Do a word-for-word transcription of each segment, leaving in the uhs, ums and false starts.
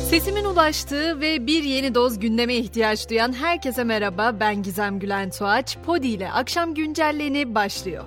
Sesimin ulaştığı ve bir yeni doz gündeme ihtiyaç duyan herkese merhaba, ben Gizem Gülen Tuğaç. Podi ile Akşam Güncelleni başlıyor.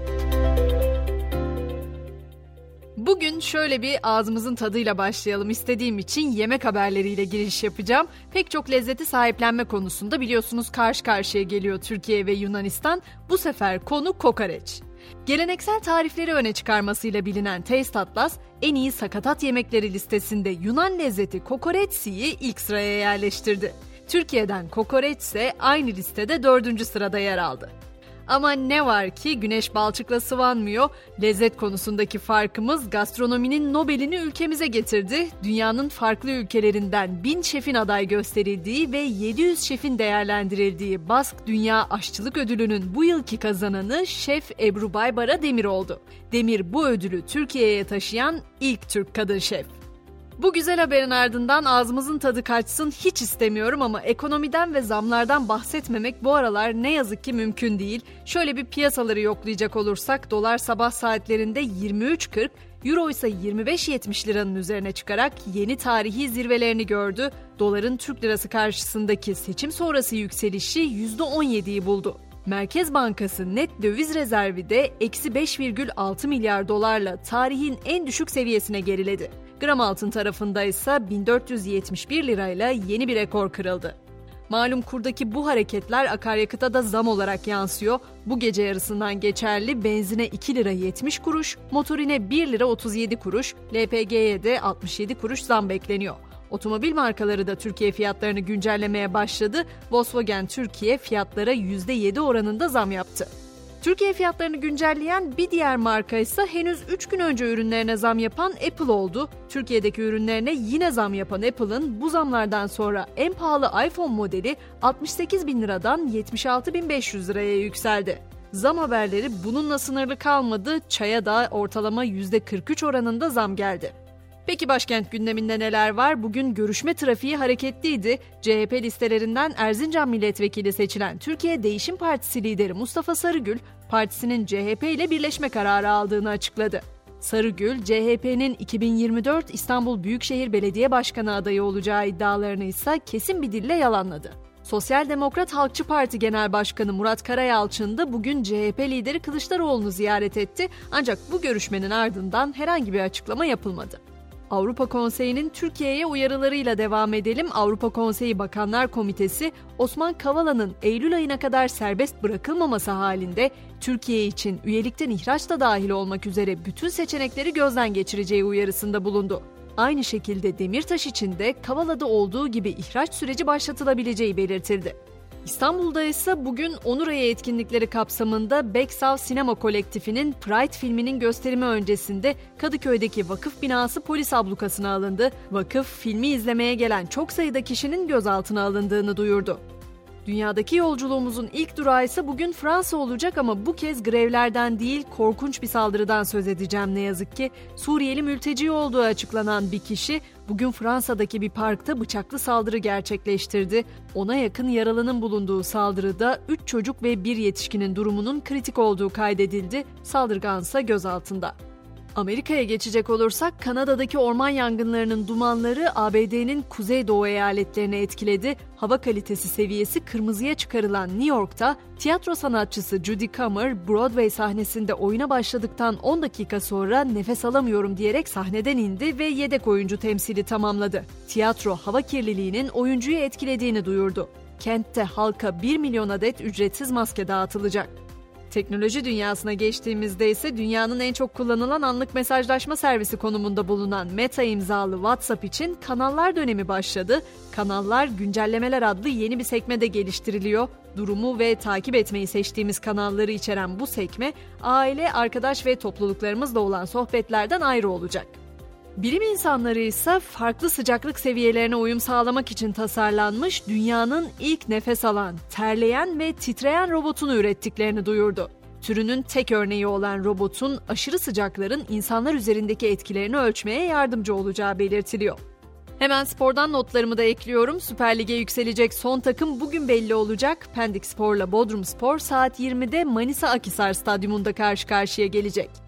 Bugün şöyle bir ağzımızın tadıyla başlayalım istediğim için yemek haberleriyle giriş yapacağım. Pek çok lezzeti sahiplenme konusunda biliyorsunuz karşı karşıya geliyor Türkiye ve Yunanistan. Bu sefer konu kokoreç. Geleneksel tarifleri öne çıkarmasıyla bilinen Taste Atlas, en iyi sakatat yemekleri listesinde Yunan lezzeti kokoreçsiyi ilk sıraya yerleştirdi. Türkiye'den kokoreç ise aynı listede dördüncü sırada yer aldı. Ama ne var ki güneş balçıkla sıvanmıyor. Lezzet konusundaki farkımız gastronominin Nobel'ini ülkemize getirdi. Dünyanın farklı ülkelerinden bin şefin aday gösterildiği ve yedi yüz şefin değerlendirildiği Bask Dünya Aşçılık Ödülü'nün bu yılki kazananı Şef Ebru Baybara Demir oldu. Demir bu ödülü Türkiye'ye taşıyan ilk Türk kadın şef. Bu güzel haberin ardından ağzımızın tadı kaçsın hiç istemiyorum ama ekonomiden ve zamlardan bahsetmemek bu aralar ne yazık ki mümkün değil. Şöyle bir piyasaları yoklayacak olursak dolar sabah saatlerinde yirmi üç kırk, euro ise yirmi beş yetmiş liranın üzerine çıkarak yeni tarihi zirvelerini gördü. Doların Türk lirası karşısındaki seçim sonrası yükselişi yüzde on yediyi buldu. Merkez Bankası net döviz rezervi de eksi beş virgül altı milyar dolarla tarihin en düşük seviyesine geriledi. Gram altın tarafında ise bin dört yüz yetmiş bir lirayla yeni bir rekor kırıldı. Malum kurdaki bu hareketler akaryakıta da zam olarak yansıyor. Bu gece yarısından geçerli benzine iki lira yetmiş kuruş, motorine bir lira otuz yedi kuruş, L P G'ye de altmış yedi kuruş zam bekleniyor. Otomobil markaları da Türkiye fiyatlarını güncellemeye başladı. Volkswagen Türkiye fiyatlara yüzde yedi oranında zam yaptı. Türkiye fiyatlarını güncelleyen bir diğer marka ise henüz üç gün önce ürünlerine zam yapan Apple oldu. Türkiye'deki ürünlerine yine zam yapan Apple'ın bu zamlardan sonra en pahalı iPhone modeli altmış sekiz bin liradan yetmiş altı bin beş yüz liraya yükseldi. Zam haberleri bununla sınırlı kalmadı. Çaya da ortalama yüzde kırk üç oranında zam geldi. Peki başkent gündeminde neler var? Bugün görüşme trafiği hareketliydi. C H P listelerinden Erzincan milletvekili seçilen Türkiye Değişim Partisi lideri Mustafa Sarıgül, partisinin C H P ile birleşme kararı aldığını açıkladı. Sarıgül, C H P'nin iki bin yirmi dört İstanbul Büyükşehir Belediye Başkanı adayı olacağı iddialarını ise kesin bir dille yalanladı. Sosyal Demokrat Halkçı Parti Genel Başkanı Murat Karayalçın da bugün C H P lideri Kılıçdaroğlu'nu ziyaret etti. Ancak bu görüşmenin ardından herhangi bir açıklama yapılmadı. Avrupa Konseyi'nin Türkiye'ye uyarılarıyla devam edelim. Avrupa Konseyi Bakanlar Komitesi, Osman Kavala'nın Eylül ayına kadar serbest bırakılmaması halinde Türkiye için üyelikten ihraç da dahil olmak üzere bütün seçenekleri gözden geçireceği uyarısında bulundu. Aynı şekilde Demirtaş için de Kavala'da olduğu gibi ihraç süreci başlatılabileceği belirtildi. İstanbul'da ise bugün Onur Ayı etkinlikleri kapsamında Beksav Sinema Kolektifi'nin Pride filminin gösterimi öncesinde Kadıköy'deki vakıf binası polis ablukasına alındı. Vakıf, filmi izlemeye gelen çok sayıda kişinin gözaltına alındığını duyurdu. Dünyadaki yolculuğumuzun ilk durağı ise bugün Fransa olacak ama bu kez grevlerden değil korkunç bir saldırıdan söz edeceğim ne yazık ki. Suriyeli mülteci olduğu açıklanan bir kişi bugün Fransa'daki bir parkta bıçaklı saldırı gerçekleştirdi. Ona yakın yaralının bulunduğu saldırıda üç çocuk ve bir yetişkinin durumunun kritik olduğu kaydedildi. Saldırgansa gözaltında. Amerika'ya geçecek olursak Kanada'daki orman yangınlarının dumanları A B D'nin kuzeydoğu eyaletlerini etkiledi. Hava kalitesi seviyesi kırmızıya çıkarılan New York'ta tiyatro sanatçısı Judy Comer Broadway sahnesinde oyuna başladıktan on dakika sonra nefes alamıyorum diyerek sahneden indi ve yedek oyuncu temsili tamamladı. Tiyatro hava kirliliğinin oyuncuyu etkilediğini duyurdu. Kentte halka bir milyon adet ücretsiz maske dağıtılacak. Teknoloji dünyasına geçtiğimizde ise dünyanın en çok kullanılan anlık mesajlaşma servisi konumunda bulunan Meta imzalı WhatsApp için kanallar dönemi başladı. Kanallar güncellemeler adlı yeni bir sekmede geliştiriliyor. Durumu ve takip etmeyi seçtiğimiz kanalları içeren bu sekme aile, arkadaş ve topluluklarımızla olan sohbetlerden ayrı olacak. Bilim insanları ise farklı sıcaklık seviyelerine uyum sağlamak için tasarlanmış dünyanın ilk nefes alan, terleyen ve titreyen robotunu ürettiklerini duyurdu. Türünün tek örneği olan robotun aşırı sıcakların insanlar üzerindeki etkilerini ölçmeye yardımcı olacağı belirtiliyor. Hemen spordan notlarımı da ekliyorum. Süper Lig'e yükselecek son takım bugün belli olacak. Pendik Spor'la Bodrum Spor saat yirmide Manisa Akhisar Stadyumunda karşı karşıya gelecek.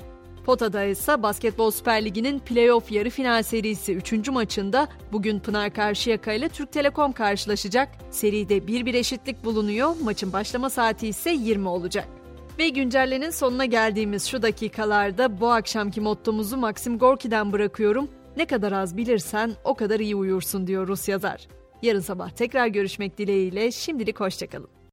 Potada ise Basketbol Süper Ligi'nin playoff yarı final serisi üçüncü maçında bugün Pınar Karşıyaka ile Türk Telekom karşılaşacak. Seride bir bir eşitlik bulunuyor. Maçın başlama saati ise yirmi olacak. Ve güncellenin sonuna geldiğimiz şu dakikalarda bu akşamki mottomuzu Maxim Gorki'den bırakıyorum. Ne kadar az bilirsen o kadar iyi uyursun diyor Rus yazar. Yarın sabah tekrar görüşmek dileğiyle, şimdilik hoşçakalın.